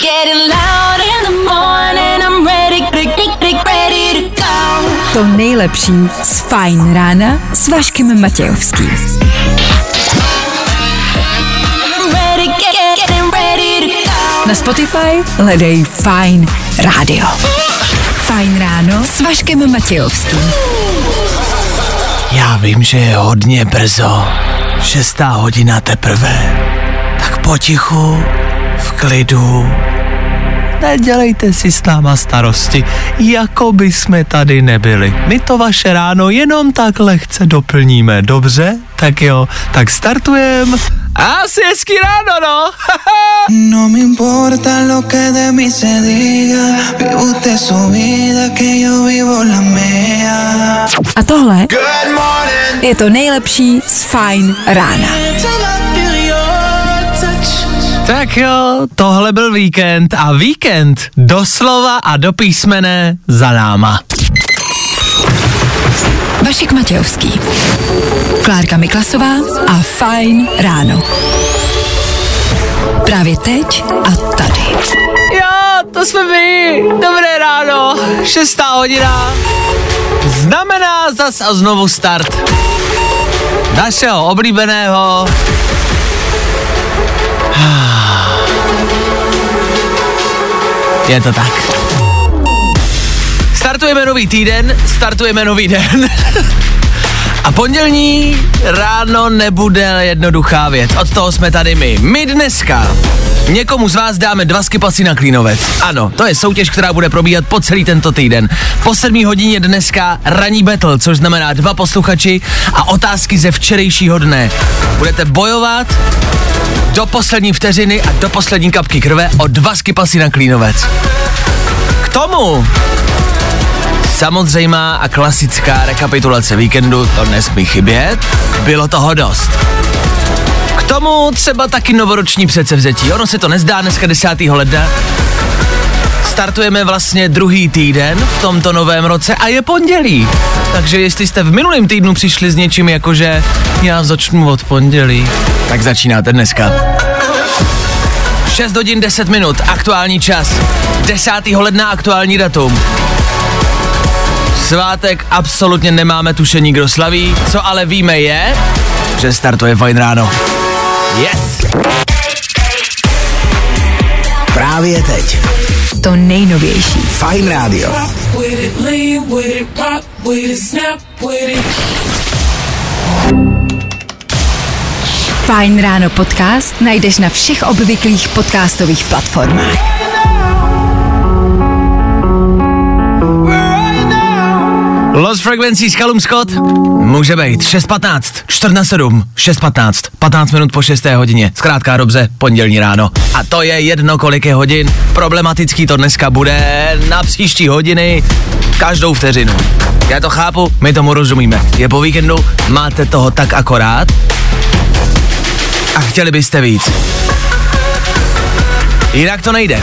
To nejlepší z Fajn rána s Vaškem Matějovským. Na Spotify hledej Fajn rádio. Fajn ráno s Vaškem Matějovským. Já vím, že je hodně brzo. 6. hodina teprve. Tak potichu, v klidu. Nedělejte si s náma starosti, jako by jsme tady nebyli. My to vaše ráno jenom tak lehce doplníme, dobře? Tak jo, tak startujem. Asi hezký ráno, no. No me importa lo que de mí se diga, vive usted su vida, que yo vivo la mía. A tohle je to nejlepší z Fajn rána. Tak jo, tohle byl víkend a víkend doslova a do písmene za náma. Vašek Matějovský, Klárka Miklasová a Fajn ráno. Právě teď a tady. Jo, to jsme my. Dobré ráno, 6. hodina. Znamená zas a znovu start našeho oblíbeného je to tak. Startujeme nový týden, startujeme nový den. A pondělní ráno nebude jednoduchá věc. Od toho jsme tady my. My dneska někomu z vás dáme 2 skipasy na Klínovec. Ano, to je soutěž, která bude probíhat po celý tento týden. Po 7 hodině dneska ranní battle, což znamená 2 posluchači a otázky ze včerejšího dne. Budete bojovat do poslední vteřiny a do poslední kapky krve o 2 skipasy na Klínovec. K tomu samozřejmá a klasická rekapitulace víkendu, to nesmí chybět, bylo toho dost. K tomu třeba taky novoroční předsevzetí, ono se to nezdá, dneska 10. ledna. Startujeme vlastně druhý týden v tomto novém roce a je pondělí. Takže jestli jste v minulém týdnu přišli s něčím jakože já začnu od pondělí, tak začínáte dneska. 6 hodin 10 minut, aktuální čas. 10. ledna aktuální datum. Svátek absolutně nemáme tušení, kdo slaví, co ale víme je, že startuje Fajn ráno. Yes! Právě teď. To nejnovější. Fajn rádio. Fajn ráno podcast najdeš na všech obvyklých podcastových platformách. Lost Frequencies, Callum Scott, může být 6:15, 4:07, 6:15, 15 minut po 6. hodině, zkrátka dobře, pondělní ráno. A to je jedno, kolik je hodin, problematický to dneska bude na příští hodiny, každou vteřinu. Já to chápu, my tomu rozumíme, je po víkendu, máte toho tak akorát a chtěli byste víc. Jinak to nejde.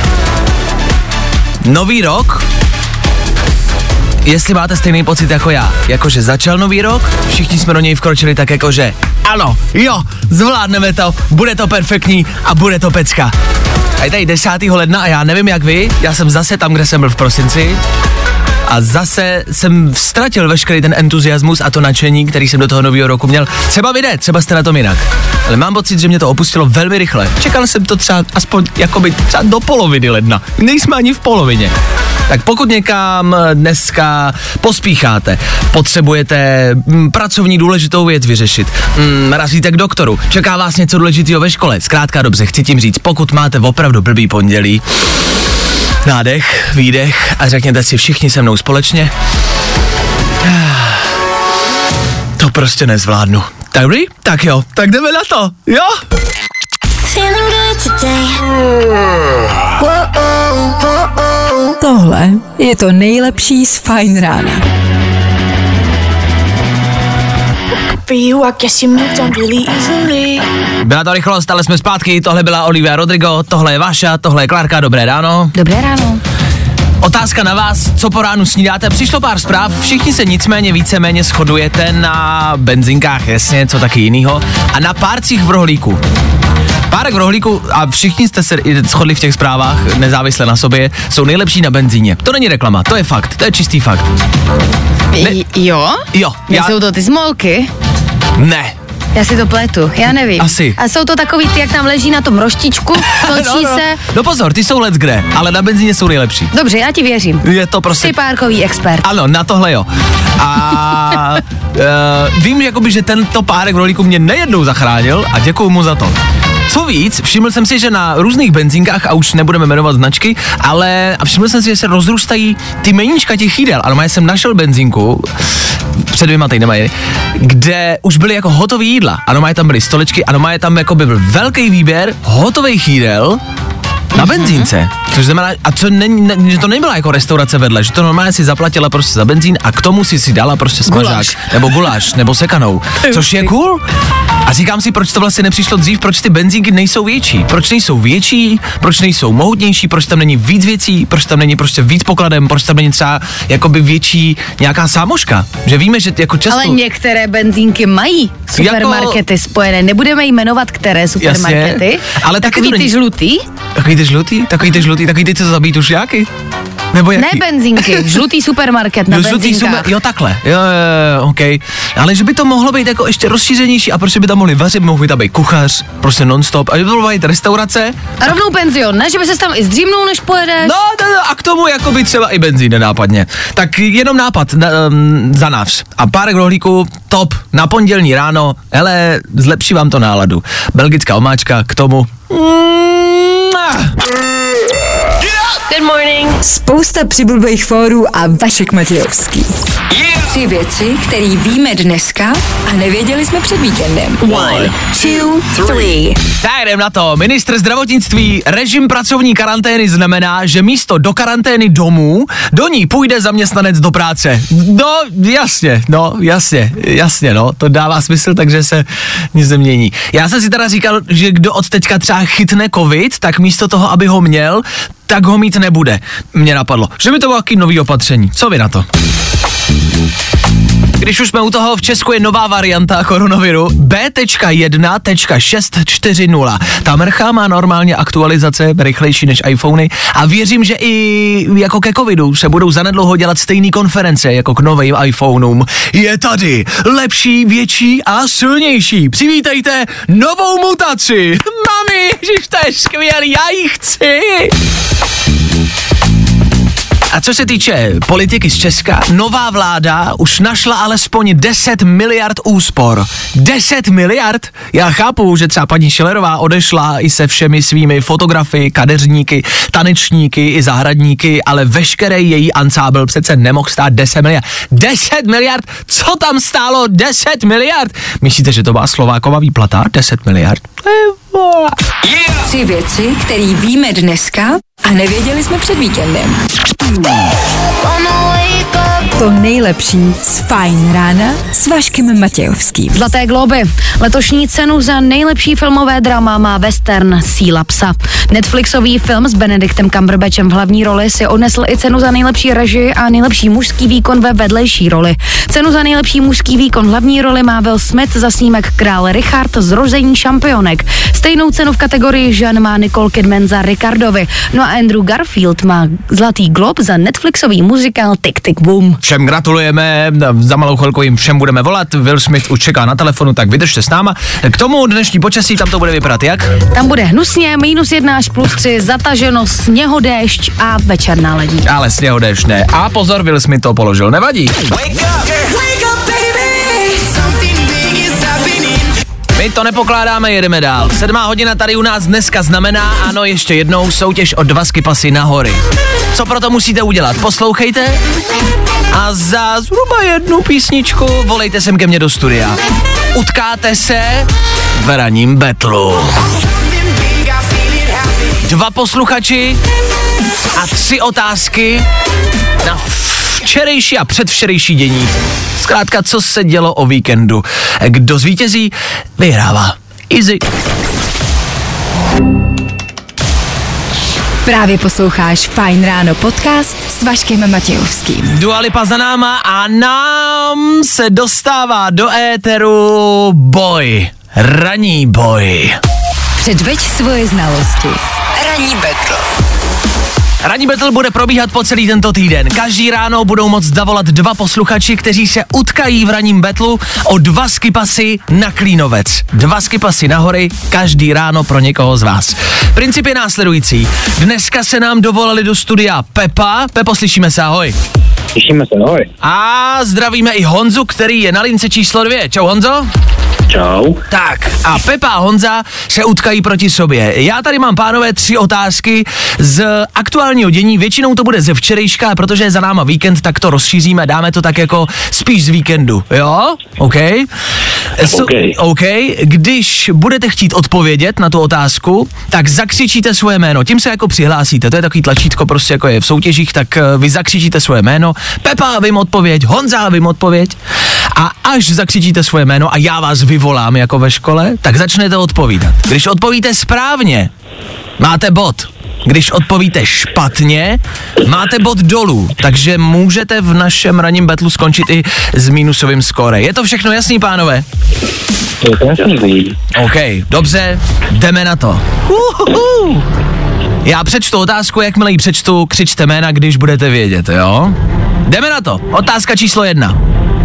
Nový rok, jestli máte stejný pocit jako já, jakože začal nový rok, všichni jsme do něj vkročili tak jakože ano, jo, zvládneme to, bude to perfektní a bude to pecka. A je tady 10. ledna a já nevím jak vy, já jsem zase tam, kde jsem byl v prosinci a zase jsem ztratil veškerý ten entuziasmus a to nadšení, který jsem do toho nového roku měl. Třeba vy ne, třeba jste na tom jinak. Ale mám pocit, že mě to opustilo velmi rychle. Čekal jsem to třeba aspoň jakoby třeba do poloviny ledna. Nejsme ani v polovině. Tak pokud někam dneska pospícháte, potřebujete pracovní důležitou věc vyřešit, razíte k doktoru, čeká vás něco důležitého ve škole, zkrátka dobře, chci tím říct, pokud máte opravdu blbý pondělí, nádech, výdech a řekněte si všichni se mnou společně, to prostě nezvládnu. Tak dobrý? Tak jo, tak jdeme na to, jo? Tohle je to nejlepší z Fajn rána. Byla to rychlost, ale jsme zpátky, tohle byla Olivia Rodrigo, tohle je Vaša, tohle je Klárka, dobré ráno. Dobré ráno. Otázka na vás, co po ránu snídáte? Přišlo pár zpráv, všichni se nicméně víceméně shodujete na benzinkách, jasně, co taky jinýho, a na párcích v rohlíku. Párek rohlíku, a všichni jste se shodli v těch zprávách, nezávisle na sobě, jsou nejlepší na benzíně. To není reklama, to je fakt, to je čistý fakt. Jo? Jo. Jsou to ty smolky? Ne. Já si to pletu, já nevím. Asi. A jsou to takový ty, jak tam leží na tom roštičku, točí se. No pozor, ty jsou leckde, ale na benzíně jsou nejlepší. Dobře, já ti věřím. Je to prostě... Jsi párkový expert. Ano, na tohle jo. A vím, jakoby, že tento párek rohlíku mě nejednou zachránil a děkuju mu za to. Co víc, všiml jsem si, že na různých benzínkách, a už nebudeme jmenovat značky, ale všiml jsem si, že se rozrůstají ty meníčka těch jídel. Ano, já jsem našel benzínku, před 2 týdny, kde už byly jako hotové jídla. Ano, tam byly stoličky, ano, tam jako byl velký výběr hotových jídel na benzínce. Což znamená, a co že to nebyla jako restaurace vedle, že to normálně si zaplatila prostě za benzín a k tomu si dala prostě smažák, nebo guláš, nebo sekanou, což je cool. A říkám si, proč to vlastně nepřišlo dřív, proč ty benzínky nejsou větší, proč nejsou větší, proč nejsou mohutnější, proč tam není víc věcí, proč tam není prostě víc pokladem, proč tam není třeba jakoby větší nějaká sámoška, že víme, že jako často... Ale některé benzínky mají supermarkety spojené, nebudeme jmenovat které supermarkety, jasně, ale takový ty žlutý. Takový ty, co zabíjí tušáky? Nebo jaký? Ne benzínky, žlutý supermarket na benzínkách. Jo, takhle, jo, ok. Ale že by to mohlo být jako ještě rozšířenější a prostě by tam mohli vařit, mohl by tam být kuchař, prostě non-stop, a by to mohlo být restaurace. A rovnou penzion, ne? Že by ses tam i zdřímnul, než pojedeš? No, a k tomu jako by třeba i benzín nenápadně. Tak jenom nápad za nás. A párek rohlíku, top, na pondělní ráno, hele, zlepší vám to náladu. Belgická omáčka, k tomu... Good morning. Spousta přibulbých fórů a Vašek Matějovský. 3 věci, které víme dneska a nevěděli jsme před víkendem. 1, 2, 3. Tak jdem na to. Ministr zdravotnictví, režim pracovní karantény znamená, že místo do karantény domů, do ní půjde zaměstnanec do práce. No, jasně, to dává smysl, takže se nic nemění. Já jsem si teda říkal, že kdo od teďka třeba chytne covid, tak místo toho, aby ho měl, tak ho mít nebude. Mně napadlo, že by to bylo jaký nový opatření. Co vy na to? Když už jsme u toho, v Česku je nová varianta koronaviru B.1.640. Ta mrcha má normálně aktualizace rychlejší než iPhony a věřím, že i jako ke covidu se budou zanedlouho dělat stejný konference jako k novým iPhoneům. Je tady lepší, větší a silnější. Přivítejte novou mutaci. Mami, ježiš, to je skvělý, já ji chci. A co se týče politiky z Česka, nová vláda už našla alespoň 10 miliard úspor. 10 miliard? Já chápu, že třeba paní Schillerová odešla i se všemi svými fotografy, kadeřníky, tanečníky i zahradníky, ale veškerý její ansábl přece nemohl stát 10 miliard. 10 miliard? Co tam stálo 10 miliard? Myslíte, že to byla Slovákova výplata? 10 miliard? 3 věci, které víme dneska a nevěděli jsme před víkendem. To nejlepší z Fajn rána s Vaškem Matějovským. Zlaté glóby. Letošní cenu za nejlepší filmové drama má western Síla psa. Netflixový film s Benedictem Cumberbatchem v hlavní roli si odnesl i cenu za nejlepší režii a nejlepší mužský výkon ve vedlejší roli. Cenu za nejlepší mužský výkon v hlavní roli má Will Smith za snímek Král Richard Zrození šampionek. Stejnou cenu v kategorii žen má Nicole Kidman za Ricardovi. No a Andrew Garfield má Zlatý glob za Netflixový muzikál Tick Tick Boom. Všem gratulujeme, za malou chvilku jim všem budeme volat, Will Smith už čeká na telefonu, tak vydržte s náma. K tomu dnešní počasí tam to bude vypadat jak? Tam bude hnusně, -1 až +3, zataženo, sněhodéšť a večerná ledí. Ale sněhodéšť ne. A pozor, Will Smith to položil, nevadí. My to nepokládáme, jedeme dál. 7 hodina tady u nás dneska znamená, ano, ještě jednou, soutěž o 2 skipasy na hory. Co proto musíte udělat? Poslouchejte a za zhruba 1 písničku volejte sem ke mně do studia. Utkáte se v ranním betlu. 2 posluchači a 3 otázky na včerejší a předvčerejší dění. Zkrátka, co se dělo o víkendu. Kdo zvítězí, vyhrává. Easy. Právě posloucháš Fajn ráno podcast s Vaškem Matějovským. Dua Lipa za náma a nám se dostává do éteru boj. Ranní boj. Předveď svoje znalosti. Ranní battle. Ranní battle bude probíhat po celý tento týden. Každý ráno budou moct zavolat 2 posluchači, kteří se utkají v ranním battlu o 2 skipasy na Klínovec. 2 skipasy na hory, každý ráno pro někoho z vás. Princip je následující. Dneska se nám dovolali do studia Pepa. Pepo, slyšíme se, ahoj. Slyšíme se, ahoj. A zdravíme i Honzu, který je na lince číslo 2. Čau, Honzo. Čau. Tak a Pepa a Honza se utkají proti sobě. Já tady mám, pánové, 3 otázky z aktuálního dění. Většinou to bude ze včerejška, protože je za náma víkend, tak to rozšíříme, dáme to tak jako spíš z víkendu, jo? OK. OK. Když budete chtít odpovědět na tu otázku, tak zakřičíte svoje jméno. Tím se jako přihlásíte. To je takový tlačítko, prostě jako je v soutěžích, tak vy zakřičíte svoje jméno. Pepa, vím odpověď, Honza, vím odpověď. A až zakřičíte svoje jméno a já vás vyvolám jako ve škole, tak začnete odpovídat. Když odpovíte správně, máte bod. Když odpovíte špatně, máte bod dolů. Takže můžete v našem ranním battlu skončit i s minusovým skóre. Je to všechno jasný, pánové? Je to jasný. OK, dobře, jdeme na to. Já přečtu otázku, jakmile ji přečtu, křičte jména, když budete vědět, jo? Jdeme na to. Otázka číslo 1.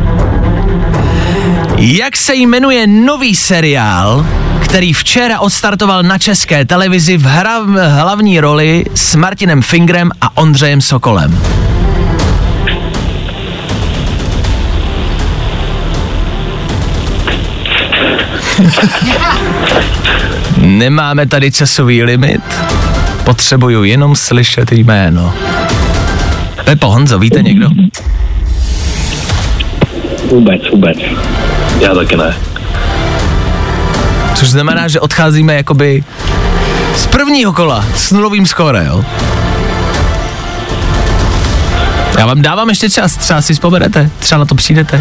Jak se jmenuje nový seriál, který včera odstartoval na České televizi v hlavní roli s Martinem Fingrem a Ondřejem Sokolem? Nemáme tady časový limit. Potřebuju jenom slyšet jméno. Pepo, Honzo, víte někdo? Vůbec. Já taky ne. Což znamená, že odcházíme jakoby z prvního kola s nulovým skóre, jo? Já vám dávám ještě čas, třeba si vzpomenete, třeba na to přijdete.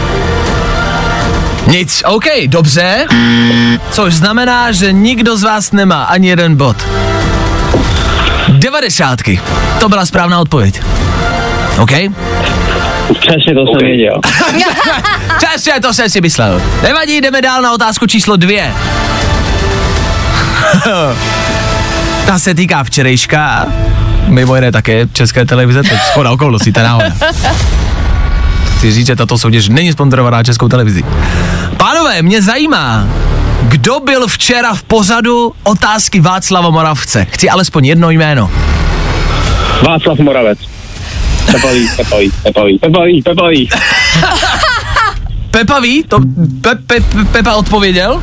Nic, OK, dobře. Což znamená, že nikdo z vás nemá ani jeden bod. 90. To byla správná odpověď. OK? Přesně to jsem věděl. Přesně to jsem si myslel. Nevadí, jdeme dál na otázku číslo 2. Ta se týká včerejška, mimo jiné také České televize, to je shoda okolností, ta náhoda. Chci říct, že tato soutěž není sponzorovaná Českou televizí. Pánové, mě zajímá, kdo byl včera v pořadu Otázky Václava Moravce. Chci alespoň jedno jméno. Václav Moravec. Pepa ví. Pepa ví? To Pepa odpověděl?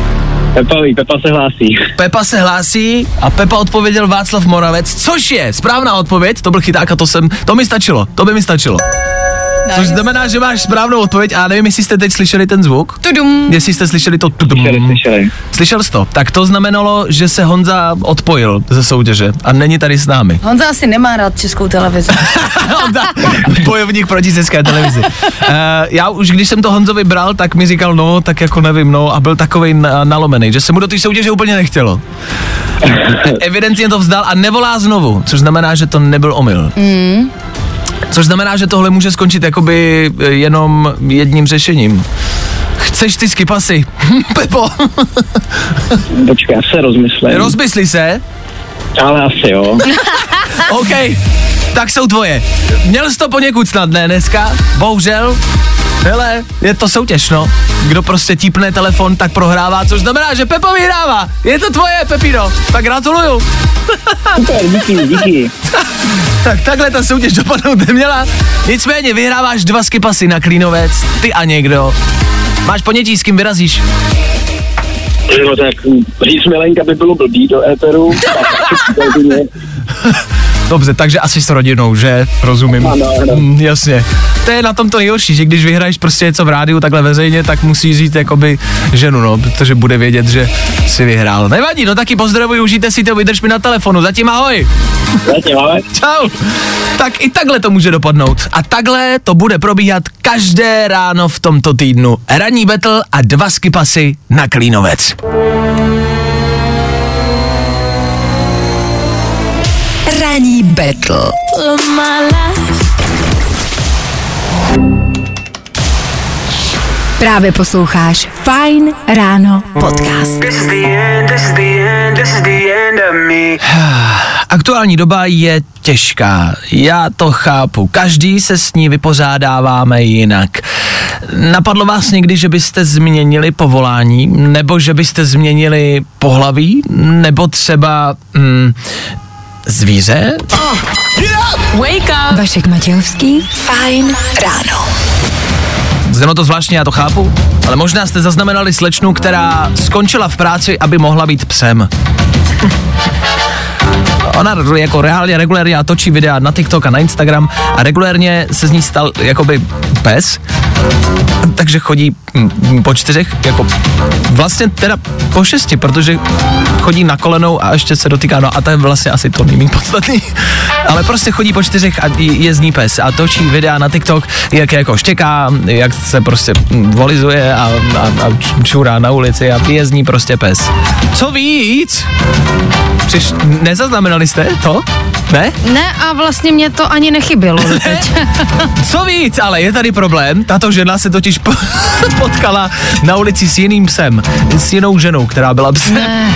Pepa se hlásí a Pepa odpověděl Václav Moravec, což je správná odpověď, to byl chyták a to by mi stačilo. Což znamená, že máš správnou odpověď a nevím, jestli jste teď slyšeli ten zvuk. Tudum. Jestli jste slyšeli to tudum. Slyšeli. Slyšel jsi to? Tak to znamenalo, že se Honza odpojil ze soutěže a není tady s námi. Honza asi nemá rád Českou televizi. Bojovník proti České televizi. Já už když jsem to Honzovi bral, tak mi říkal, no, tak jako nevím, no, a byl takovej nalomený, že se mu do té soutěže úplně nechtělo. Evidentně to vzdal a nevolá znovu, což znamená, že to nebyl omyl. Což znamená, že tohle může skončit jakoby jenom jedním řešením. Chceš ty skipasy? Pepo. Počkej, já se rozmyslím. Rozmysli se? Ale asi jo. OK, tak jsou tvoje. Měl jsi to poněkud snadné dneska, bohužel. Hele, je to soutěž, no. Kdo prostě típne telefon, tak prohrává, což znamená, že Pepo vyhrává. Je to tvoje, Pepino. Tak gratuluju. Super, díky. Tak takhle ta soutěž dopadnout neměla. Nicméně vyhráváš 2 skipasy na Klínovec, ty a někdo. Máš ponětí, s kým vyrazíš? No tak říct Milenka by bylo blbý do éteru. Dobře, takže asi s rodinou, že? Rozumím. Ano. Jasně. To je na tom to nejhorší, že když vyhraješ prostě něco v rádiu takhle veřejně, tak musíš říct jakoby ženu, no, protože bude vědět, že jsi vyhrál. Nevadí, no taky pozdravuji, užijte si to, vydrž mi na telefonu. Zatím ahoj. Zatím ahoj. Čau. Tak i takhle to může dopadnout. A takhle to bude probíhat každé ráno v tomto týdnu. Ranní battle a 2 skipasy na Klínovec. Ranní battle. Právě posloucháš Fajn ráno podcast. Aktuální doba je těžká, já to chápu, každý se s ní vypořádáváme jinak. Napadlo vás někdy, že byste změnili povolání, nebo že byste změnili pohlaví, nebo třeba zvíře? Wake up! Vašek Matějovský, Fajn ráno. Znělo to zvláštně, já to chápu, ale možná jste zaznamenali slečnu, která skončila v práci, aby mohla být psem. Ona jako regulérně točí videa na TikTok a na Instagram a regulérně se z ní stal jakoby pes, takže chodí po 4, jako vlastně teda po 6, protože chodí na kolenou a ještě se dotýká, no a to je vlastně asi to nejméně podstatný, ale prostě chodí po 4 a je z ní pes a točí videa na TikTok, jak jako štěká, jak se prostě volizuje a čurá na ulici a je z ní prostě pes. Co víc? Nezaznamenali jste to? Ne? Ne a vlastně mě to ani nechybělo teď. Co víc, ale je tady problém. Tato žena se totiž potkala na ulici s jiným psem. S jinou ženou, která byla psem. Ne.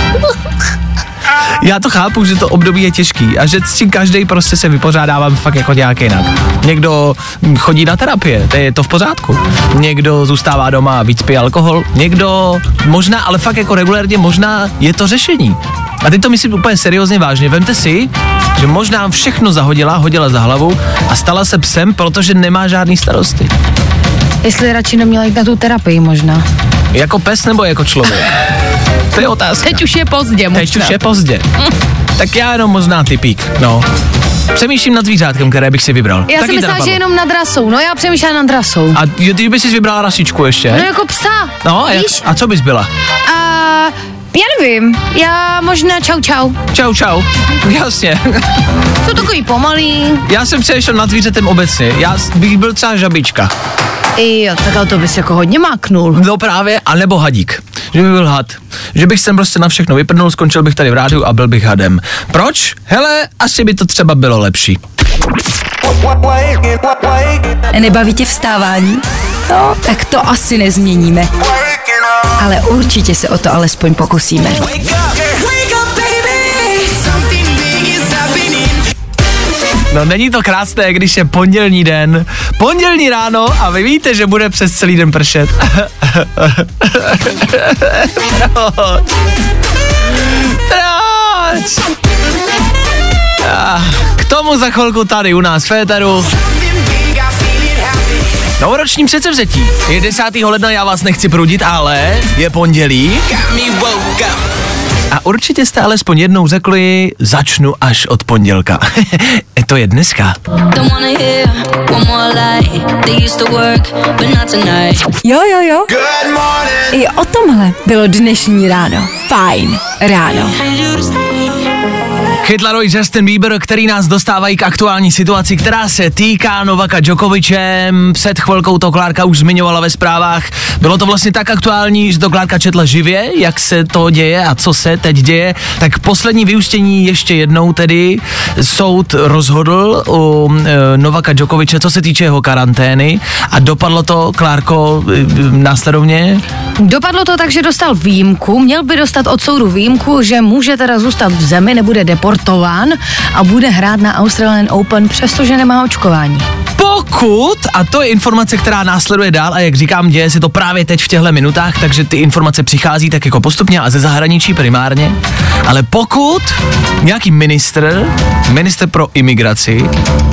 Já to chápu, že to období je těžký a že s tím každej prostě se vypořádává fakt jako nějak jinak. Někdo chodí na terapie, to je to v pořádku. Někdo zůstává doma a víc pije alkohol. Někdo možná, ale fakt jako regulérně možná je to řešení. A teď to myslím úplně seriózně vážně. Vemte si, že možná všechno hodila za hlavu a stala se psem, protože nemá žádný starosti. Jestli radši neměla jít na tu terapii možná. Jako pes nebo jako člověk? To je otázka. Teď už je pozdě možná. Teď už je pozdě. Tak já jenom možná typík, no. Přemýšlím nad zvířátkem, které bych si vybral. Já si myslím, že jenom nad rasou, no já přemýšlím nad rasou. A ty bys si vybrala rasičku ještě? No jako psa, no, víš? A co bys byla? Já nevím, já možná čau. Čau, jasně. Jsou takový pomalý. Já jsem přemýšlel nad zvířetem obecně, já bych byl třeba žabička. Jo, tak ale to bys jako hodně máknul. No právě, anebo hadík. Že by byl had. Že bych sem prostě na všechno vyprdnul, skončil bych tady v rádiu a byl bych hadem. Proč? Hele, asi by to třeba bylo lepší. Nebaví tě vstávání? No, tak to asi nezměníme. Ale určitě se o to alespoň pokusíme. No není to krásné, když je pondělní den, pondělní ráno a vy víte, že bude přes celý den pršet. Proč? K tomu za chvilku tady u nás v éteru novoroční předsevzetí. Je 10. ledna, já vás nechci prudit, ale je pondělí. A určitě jste alespoň jednou řekli, začnu až od pondělka. To je dneska. Jo. I o tomhle bylo dnešní ráno. Fajn ráno. Chytlaroj Justin Bieber, který nás dostávají k aktuální situaci, která se týká Novaka Djokoviče. Před chvilkou to Klárka už zmiňovala ve zprávách. Bylo to vlastně tak aktuální, že to Klárka četla živě, jak se to děje a co se teď děje. Tak poslední vyústění ještě jednou tedy. Soud rozhodl u Novaka Djokoviče, co se týče jeho karantény a dopadlo to, Klárko, následovně? Dopadlo to tak, že dostal výjimku, měl by dostat od soudu výjimku, že může teda zůstat v zemi, nebude deportován a bude hrát na Australian Open, přestože nemá očkování. Pokud, a to je informace, která následuje dál a jak říkám, děje se to právě teď v těchto minutách, takže ty informace přichází tak jako postupně a ze zahraničí primárně, ale pokud nějaký ministr pro imigraci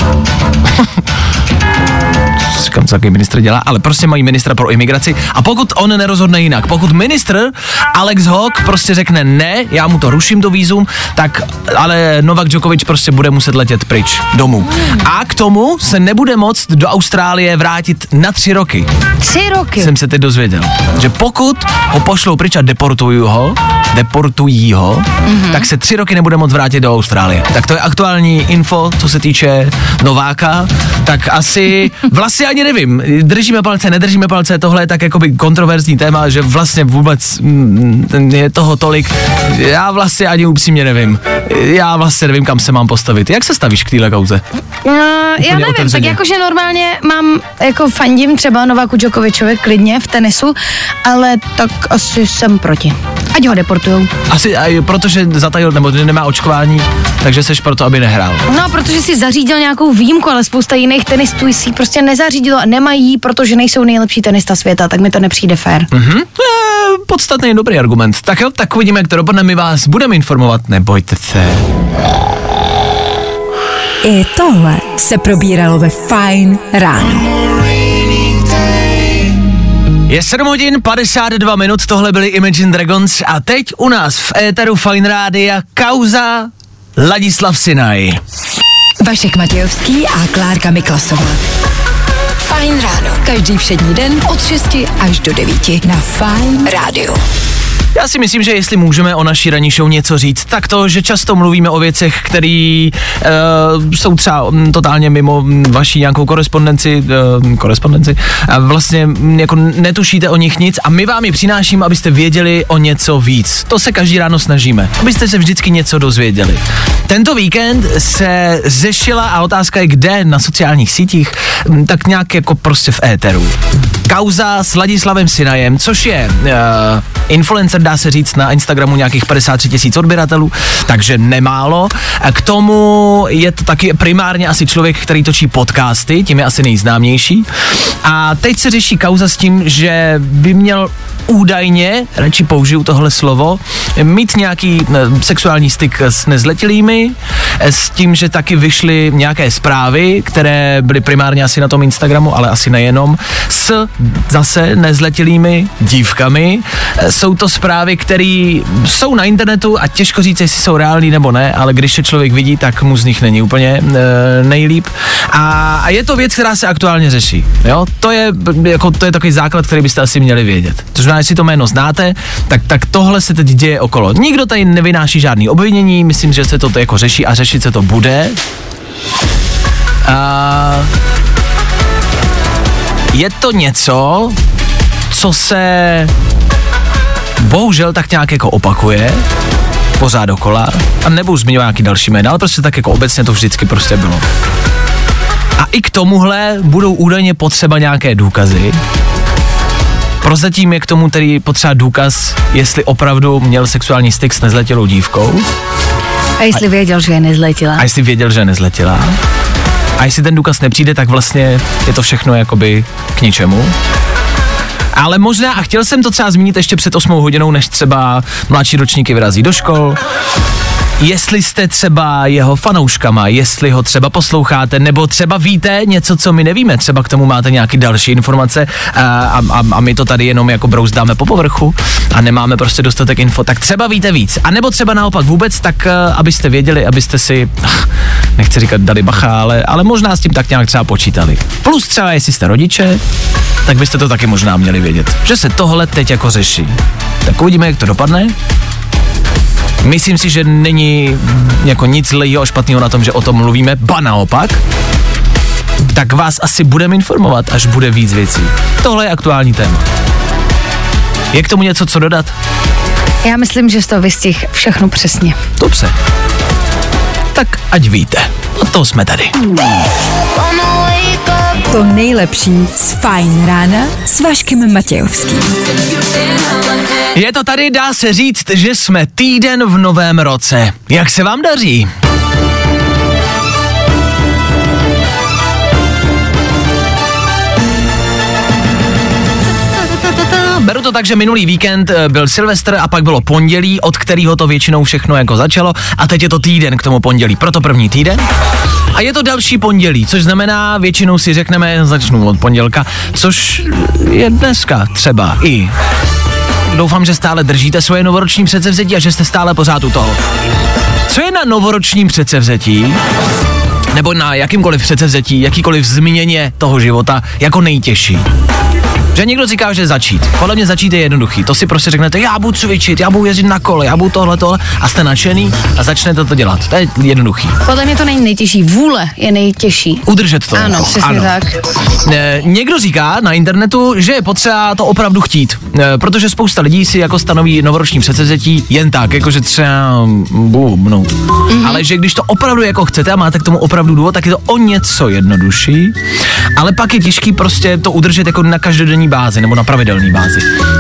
říkám, co jaký ministr dělá, ale prostě mají ministra pro imigraci a pokud on nerozhodne jinak, pokud ministr Alex Hawke prostě řekne ne, já mu to ruším to vízum, tak ale Novak Djokovic prostě bude muset letět pryč domů. A k tomu se nebude moct do Austrálie vrátit na 3 roky. 3 roky? Jsem se teď dozvěděl, že pokud ho pošlou pryč a deportují ho, tak se 3 roky nebude moct vrátit do Austrálie. Tak to je aktuální info, co se týče Nováka, tak asi vlastně ani nevím, držíme palce, nedržíme palce, tohle je tak jakoby kontroverzní téma, že vlastně vůbec je toho tolik, já vlastně ani upřímně nevím. Já vlastně nevím, kam se mám postavit. Jak se stavíš k téhle kauze? Já nevím, otevřeně. tak jakože normálně jako fandím třeba Nováku Djokovičovi klidně v tenisu, ale tak asi jsem proti. Ať ho deportujou. Asi, protože zatajil, nebo nemá očkování, takže seš proto, aby nehrál. No, protože si zařídil nějakou výjimku, ale spousta jiných tenistů si prostě nezařídilo a nemají, protože nejsou nejlepší tenista světa, tak mi to nepřijde fér. Podstatný dobrý argument. Tak jo, tak uvidíme, jak to dopadne, my vás budeme informovat, nebojte se. I tohle se probíralo ve Fajn ráno. Je 7 hodin 52 minut, tohle byly Imagine Dragons a teď u nás v éteru Fajn rádia kauza Ladislav Sinaj. Vašek Matějovský a Klárka Miklasová. Fajn ráno. Každý všední den od 6 až do 9 na Fajn rádiu. Já si myslím, že jestli můžeme o naší ranní show něco říct, tak to, že často mluvíme o věcech, které jsou třeba totálně mimo vaší nějakou korespondenci a vlastně jako netušíte o nich nic a my vám ji přinášíme, abyste věděli o něco víc. To se každý ráno snažíme, abyste se vždycky něco dozvěděli. Tento víkend se řešila a otázka je kde, na sociálních sítích, tak nějak jako prostě v éteru. Kauza s Ladislavem Sinajem, což je influencer, dá se říct, na Instagramu nějakých 53 000 odběratelů, takže nemálo. A k tomu je to taky primárně asi člověk, který točí podcasty, tím je asi nejznámější. A teď se řeší kauza s tím, že by měl údajně, radši použiju tohle slovo, mít nějaký sexuální styk s nezletilými, s tím, že taky vyšly nějaké zprávy, které byly primárně asi na tom Instagramu, ale asi nejenom, s zase nezletilými dívkami. Jsou to zprávy, které jsou na internetu a těžko říct, jestli jsou reální nebo ne, ale když je člověk vidí, tak mu z nich není úplně nejlíp. A je to věc, která se aktuálně řeší. Jo? To je takový základ, který byste asi měli vědět. Což znamená, jestli to jméno znáte, tak tohle se teď děje okolo. Nikdo tady nevynáší žádný obvinění, myslím, že se to jako řeší a řešit se to bude. Je to něco, co se bohužel tak nějak jako opakuje pořád dokola a nebudu zmiňovat nějaký další jména, ale prostě tak jako obecně to vždycky prostě bylo. A i k tomuhle budou údajně potřeba nějaké důkazy. Prozatím je k tomu tedy potřeba důkaz, jestli opravdu měl sexuální styk s nezletilou dívkou. A jestli věděl, že je nezletila. A jestli věděl, že je nezletila. A jestli ten důkaz nepřijde, tak vlastně je to všechno jakoby k ničemu. Ale možná, a chtěl jsem to třeba zmínit ještě před 8 hodinou, než třeba mladší ročníky vyrazí do škol, jestli jste třeba jeho fanouškama, jestli ho třeba posloucháte, nebo třeba víte něco, co my nevíme, třeba k tomu máte nějaké další informace a my to tady jenom jako brouzdáme po povrchu a nemáme prostě dostatek info, tak třeba víte víc. A nebo třeba naopak vůbec, tak abyste věděli, abyste si, nechci říkat dali bacha, ale možná s tím tak nějak třeba počítali. Plus třeba, jestli jste rodiče, tak byste to taky možná měli vědět, že se tohle teď jako řeší. Tak uvidíme, jak to dopadne. Myslím si, že není jako nic zlého a špatného na tom, že o tom mluvíme, ba naopak. Tak vás asi budeme informovat, až bude víc věcí. Tohle je aktuální téma. Je k tomu něco, co dodat? Já myslím, že z toho vystihl všechno přesně. Dobře. Tak ať víte. Od toho jsme tady. To nejlepší z Fajn rána s Vaškem Matějovským. Je to tady, dá se říct, že jsme týden v novém roce. Jak se vám daří? Beru to tak, že minulý víkend byl Silvestr a pak bylo pondělí, od kterého to většinou všechno jako začalo a teď je to týden k tomu pondělí, proto první týden. A je to další pondělí, což znamená, většinou si řekneme, začnu od pondělka, což je dneska třeba i. Doufám, že stále držíte svoje novoroční předsevzetí a že jste stále pořád u toho. Co je na novoročním předsevzetí, nebo na jakýmkoliv předsevzetí, jakýkoliv změně toho života jako nejtěžší? Že někdo říká, že začít. Podle mě začít je jednoduchý. To si prostě řeknete, já budu cvičit, já budu jezdit na kole, já budu tohle a jste nadšený a začnete to dělat. To je jednoduchý. Podle mě to není nejtěžší, vůle je nejtěžší. Udržet to. Ano, přesně tak. Někdo říká na internetu, že je potřeba to opravdu chtít, protože spousta lidí si jako stanoví novoroční předsevzetí jen tak, jakože třeba ale že když to opravdu jako chcete a máte k tomu opravdu důvod, tak je to o něco jednodušší, ale pak je těžký prostě to udržet jako na každodenní bázi nebo na pravidelné bázi.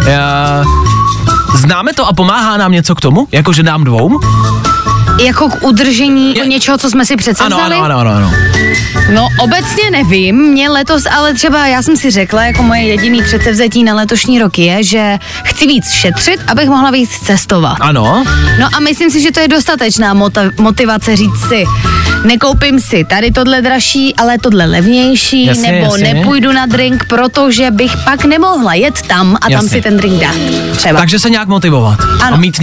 Známe to a pomáhá nám něco k tomu, jakože nám dvou? Jako k udržení něčeho, co jsme si předsevzali? Ano. No obecně nevím, mě letos, ale třeba já jsem si řekla, jako moje jediný předsevzetí na letošní rok je, že chci víc šetřit, abych mohla víc cestovat. Ano. No a myslím si, že to je dostatečná motivace říct si, nekoupím si tady tohle dražší, ale tohle levnější, nebo nepůjdu na drink, protože bych pak nemohla jet tam a tam si ten drink dát. Třeba. Takže se nějak motivovat. Ano. A mít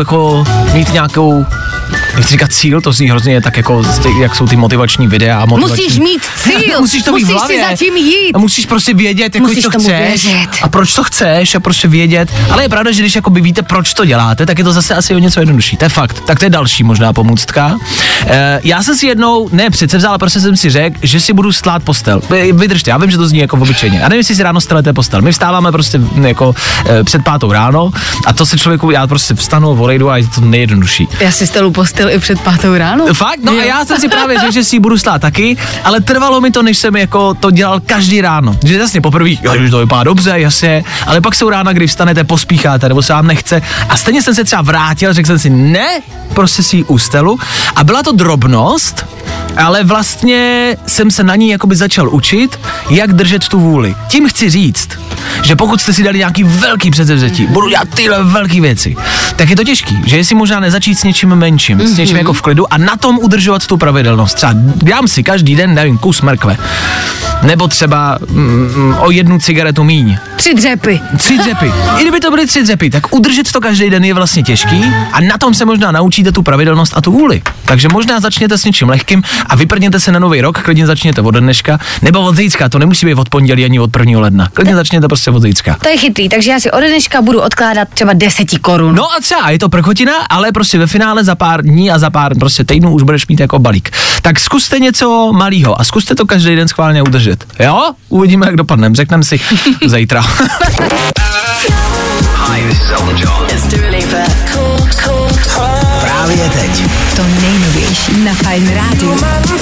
nějakou nechci říkat cíl, to zní hrozně tak jako, jak jsou ty motivační videa a motivační. Musíš mít cíl, musíš to mít v hlavě. si zatím jít. A musíš prostě vědět, jako co chceš. Věřit. A proč to chceš a prostě vědět. Ale je pravda, že když jakoby víte, proč to děláte, tak je to zase asi o něco jednodušší. To je fakt. Tak to je další možná pomůctka. Já jsem si jednou, předsevzal, ale prostě jsem si řekl, že si budu stát postel. Vydržte, já vím, že to zní jako obyčejně. A nevím, jestli si ráno stelete postel. My vstáváme prostě jako před 5 ráno a to se člověku, já prostě vstanu, volejdu a je to nejjednodušší. Já si stelu postel i před 5 ráno. Fakt? No a já jsem si právě řekl, že si ji budu stát taky, ale trvalo mi to, než jsem jako to dělal každý ráno. Že jasně poprvé, už to vypadá dobře, jasně, ale pak jsou rána, kdy vstanete, pospícháte, nebo se vám nechce. A stejně jsem se třeba vrátil, řekl jsem si ne, prostě si ji ustelu. A byla to drobnost, ale vlastně jsem se na ní jakoby začal učit, jak držet tu vůli. Tím chci říct, že pokud jste si dali nějaký velký předsevzetí, budu dělat tyhle velké věci, tak je to těžký, že jestli možná nezačít s něčím menším, s něčím jako v klidu a na tom udržovat tu pravidelnost. Třeba dám si každý den, nevím, kus mrkve. Nebo třeba o 1 cigaretu míň. 3 dřepy. 3 dřepy. I kdyby to byly 3 dřepy, tak udržet to každý den je vlastně těžký a na tom se možná naučíte tu pravidelnost a tu vůli. Takže možná začněte s něčím lehkým a vyprdněte se na nový rok, klidně začněte od dneška, nebo od zítřka, to nemusí být od pondělí ani od 1. ledna. Klidně začněte prostě od zítřka. To je chytrý, takže já si od dneška budu odkládat třeba 10 korun. No a třeba je to prkotina, ale prostě ve finále za pár dní a za pár prostě týdnů už budeš mít jako balík. Tak zkuste něco malýho a zkuste to každý den schválně udržet. Jo? Uvidíme, jak dopadneme. Řekneme si zítra. Hi, this is Elton John. It's Dua Lipa. Cool. Právě teď. To nejnovější na Fajn rádiu.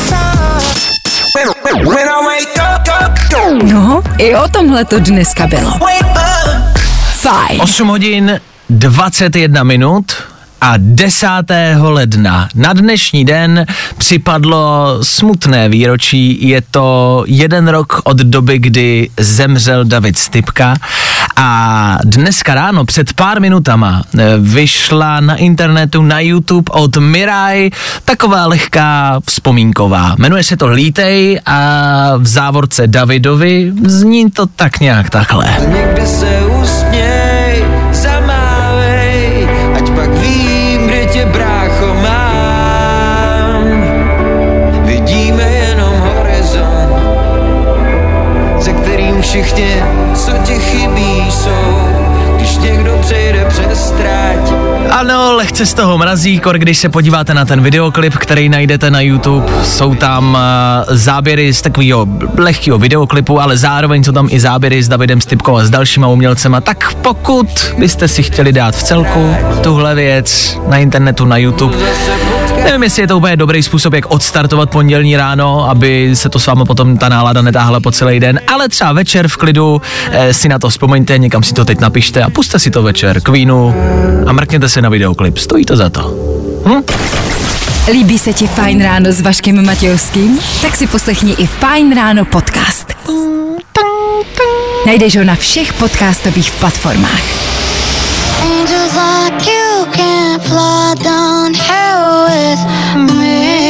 No, i o tomhle to dneska bylo. Fajn. 8 hodin 21 minut a 10. ledna na dnešní den připadlo smutné výročí. Je to 1 rok od doby, kdy zemřel David Stypka a dneska ráno před pár minutama vyšla na internetu, na YouTube od Mirai taková lehká vzpomínková. Jmenuje se to Lítej a v závorce Davidovi zní to tak nějak takhle. Někde se usměj, zamávej, ať pak vím, kde tě brácho mám. Vidíme jenom horizont, ze kterým všichni, co ti chybí, jsou. Když někdo přejde přes tráť. Ano, lehce z toho mrazí, když se podíváte na ten videoklip, který najdete na YouTube. Jsou tam záběry z takového lehkého videoklipu, ale zároveň jsou tam i záběry s Davidem Stypkou a s dalšíma umělcema. Tak pokud byste si chtěli dát v celku tuhle věc na internetu, na YouTube, nevím, jestli je to úplně dobrý způsob, jak odstartovat pondělní ráno, aby se to s váma potom ta nálada netáhla po celý den, ale třeba večer v klidu si na to vzpomeňte, někam si to teď napište a puste si to večer k vínu a mrkněte se na videoklip. Stojí to za to. Líbí se ti Fajn ráno s Vaškem Matějovským? Tak si poslechni i Fajn ráno podcast. Najdeš ho na všech podcastových platformách. Angels like you can't fly down here with me.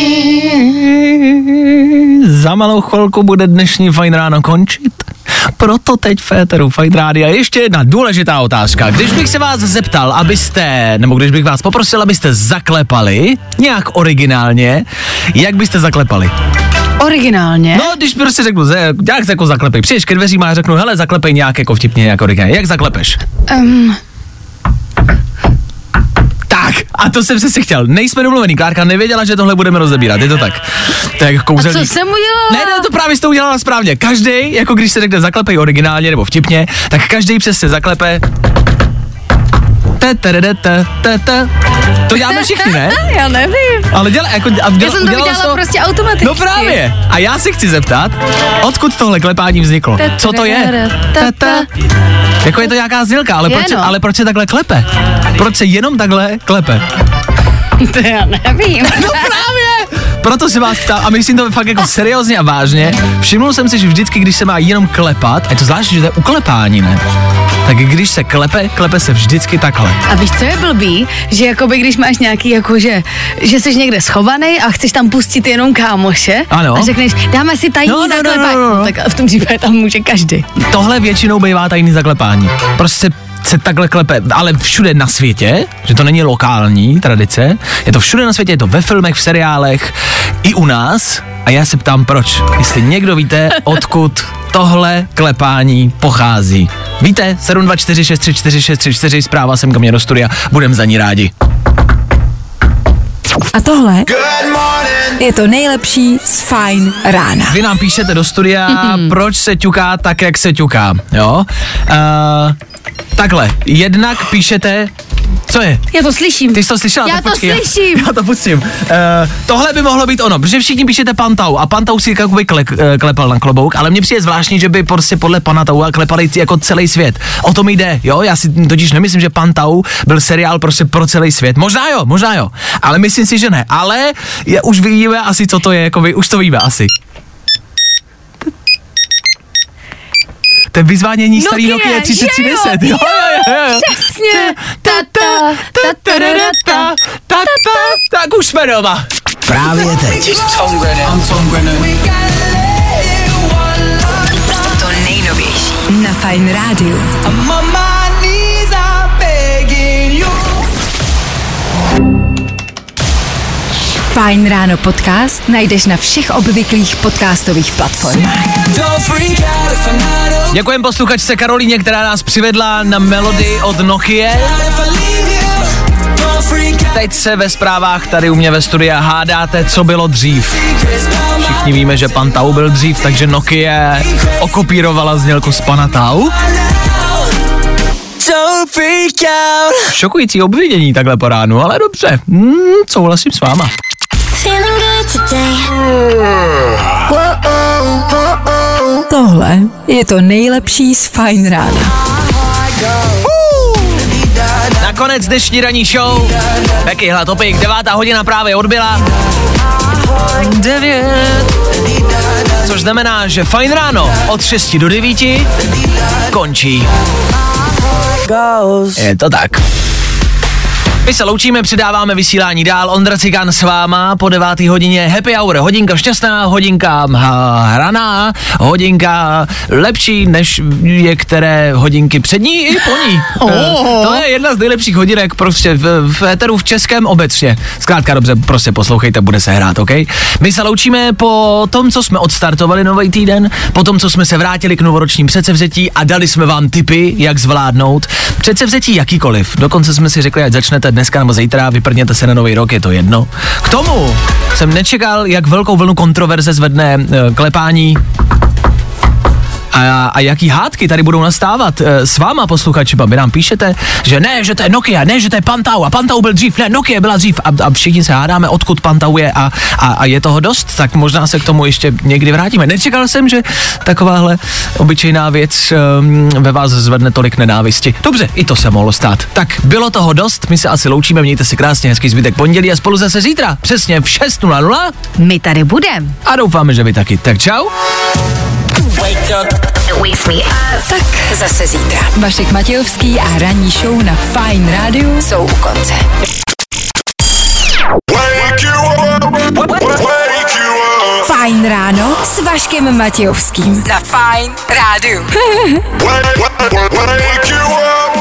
Za malou chvilku bude dnešní Fajn ráno končit. Proto teď v éteru Fajn rádia ještě jedna důležitá otázka. Když bych se vás zeptal, když bych vás poprosil, abyste zaklepali nějak originálně, jak byste zaklepali? Originálně? No, když prostě řeknu, jak se jako zaklepej, přijdeš ke dveřím a řeknu, hele, zaklepej nějak jako vtipně, jako originálně, jak zaklepeš? Tak, a to jsem si chtěl. Nejsme domluvený, Klárka nevěděla, že tohle budeme rozebírat, je to tak. Tak kouzelník. A co jsem udělala? Ne, to právě jste udělala správně. Každý, jako když se řekne zaklepej originálně nebo vtipně, tak každý přesně zaklepe. To děláme všichni, ne? Já nevím. Ale já jsem to udělala prostě automaticky. No právě. A já se chci zeptat, odkud tohle klepání vzniklo? Co to je? Jako je to nějaká znělka, ale proč se takhle klepe? Proč se jenom takhle klepe? To já nevím. No právě! Proto se vás ptám, a myslím to fakt jako seriózně a vážně, všimnul jsem si, že vždycky, když se má jenom klepat, a je to zvláštní, že to je uklepání, ne? Tak když se klepe se vždycky takhle. A víš, co je blbý? Že jakoby když máš nějaký jakože, že jsi někde schovaný a chceš tam pustit jenom kámoše, ano. A řekneš, dáme si tajný zaklepání. No, tak v tom případě tam může každý. Tohle většinou bývá tajný zaklepání. Prostě se takhle klepe, ale všude na světě, že to není lokální tradice, je to všude na světě, je to ve filmech, v seriálech, i u nás. A já se ptám proč. Jestli někdo víte, odkud tohle klepání pochází. Víte? 724634634, zpráva sem ke mně do studia, budem za ní rádi. A tohle je to nejlepší z Fajn rána. Vy nám píšete do studia, proč se ťuká tak, jak se ťuká, jo? Takhle, jednak píšete, co je? Já to slyším. Ty jsi to slyšela? Já tak to počkej, slyším. Já to pustím. Tohle by mohlo být ono, protože všichni píšete Pantau a Pantau si jakoby klepal na klobouk, ale mně přijde zvláštní, že by prostě podle Pantau klepali jako celý svět. O tom jde, jo? Já si totiž nemyslím, že Pantau byl seriál prostě pro celý svět. Možná jo, ale myslím si, že ne. Ale už víme asi, co to je, jako vy, už to víme asi. To je vyzvánění starý Nokia 3310. Jo. Přesně. Tak už jsme doma. Právě teď. To nejnovější na Fajn rádiu. Fajn ráno podcast najdeš na všech obvyklých podcastových platformách. Děkujem posluchačce Karolíně, která nás přivedla na melodii od Nokia. Teď se ve zprávách tady u mě ve studiu hádáte, co bylo dřív. Všichni víme, že pan Tau byl dřív, takže Nokia okopírovala znělku z pana Tau. Šokující obvinění takhle po ránu, ale dobře, souhlasím s váma. Tohle je to nejlepší z Fajn rána. Nakonec dnešní ranní show. Becky Hla Topik, 9. hodina právě odbyla. 9. Což znamená, že Fajn ráno od 6 do 9 končí. Je to tak. My se loučíme, přidáváme vysílání dál. Ondra Cikán s váma po 9. hodině. Happy hour, hodinka šťastná, hodinka hraná, hodinka lepší než některé hodinky před ní i po ní. To je jedna z nejlepších hodinek prostě v éteru v českém obecně. Zkrátka dobře, prostě poslouchejte, bude se hrát, OK? My se loučíme po tom, co jsme odstartovali nový týden, po tom, co jsme se vrátili k novoročním předsevzetí a dali jsme vám tipy, jak zvládnout předsevzetí jakýkoliv. Dokonce jsme si řekli, ať začnete dneska nebo zítra, vyprdněte se na nový rok, je to jedno. K tomu jsem nečekal, jak velkou vlnu kontroverze zvedne klepání a jaký hádky tady budou nastávat s váma, posluchači. Vy nám píšete, že ne, že to je Nokia, ne, že to je Pantau a Pantau byl dřív, ne, Nokia byla dřív a všichni se hádáme, odkud Pantau je a je toho dost, tak možná se k tomu ještě někdy vrátíme. Nečekal jsem, že takováhle obyčejná věc ve vás zvedne tolik nenávisti. Dobře, i to se mohlo stát. Tak bylo toho dost, my se asi loučíme, mějte si krásně hezký zbytek pondělí a spolu zase zítra, přesně v 6:00. My tady budem. A doufáme, že vy taky. Tak čau. Tak zase zítra. Vašek Matějovský a ranní show na Fajn rádiu jsou u konce. Fajn ráno s Vaškem Matějovským na Fajn rádiu.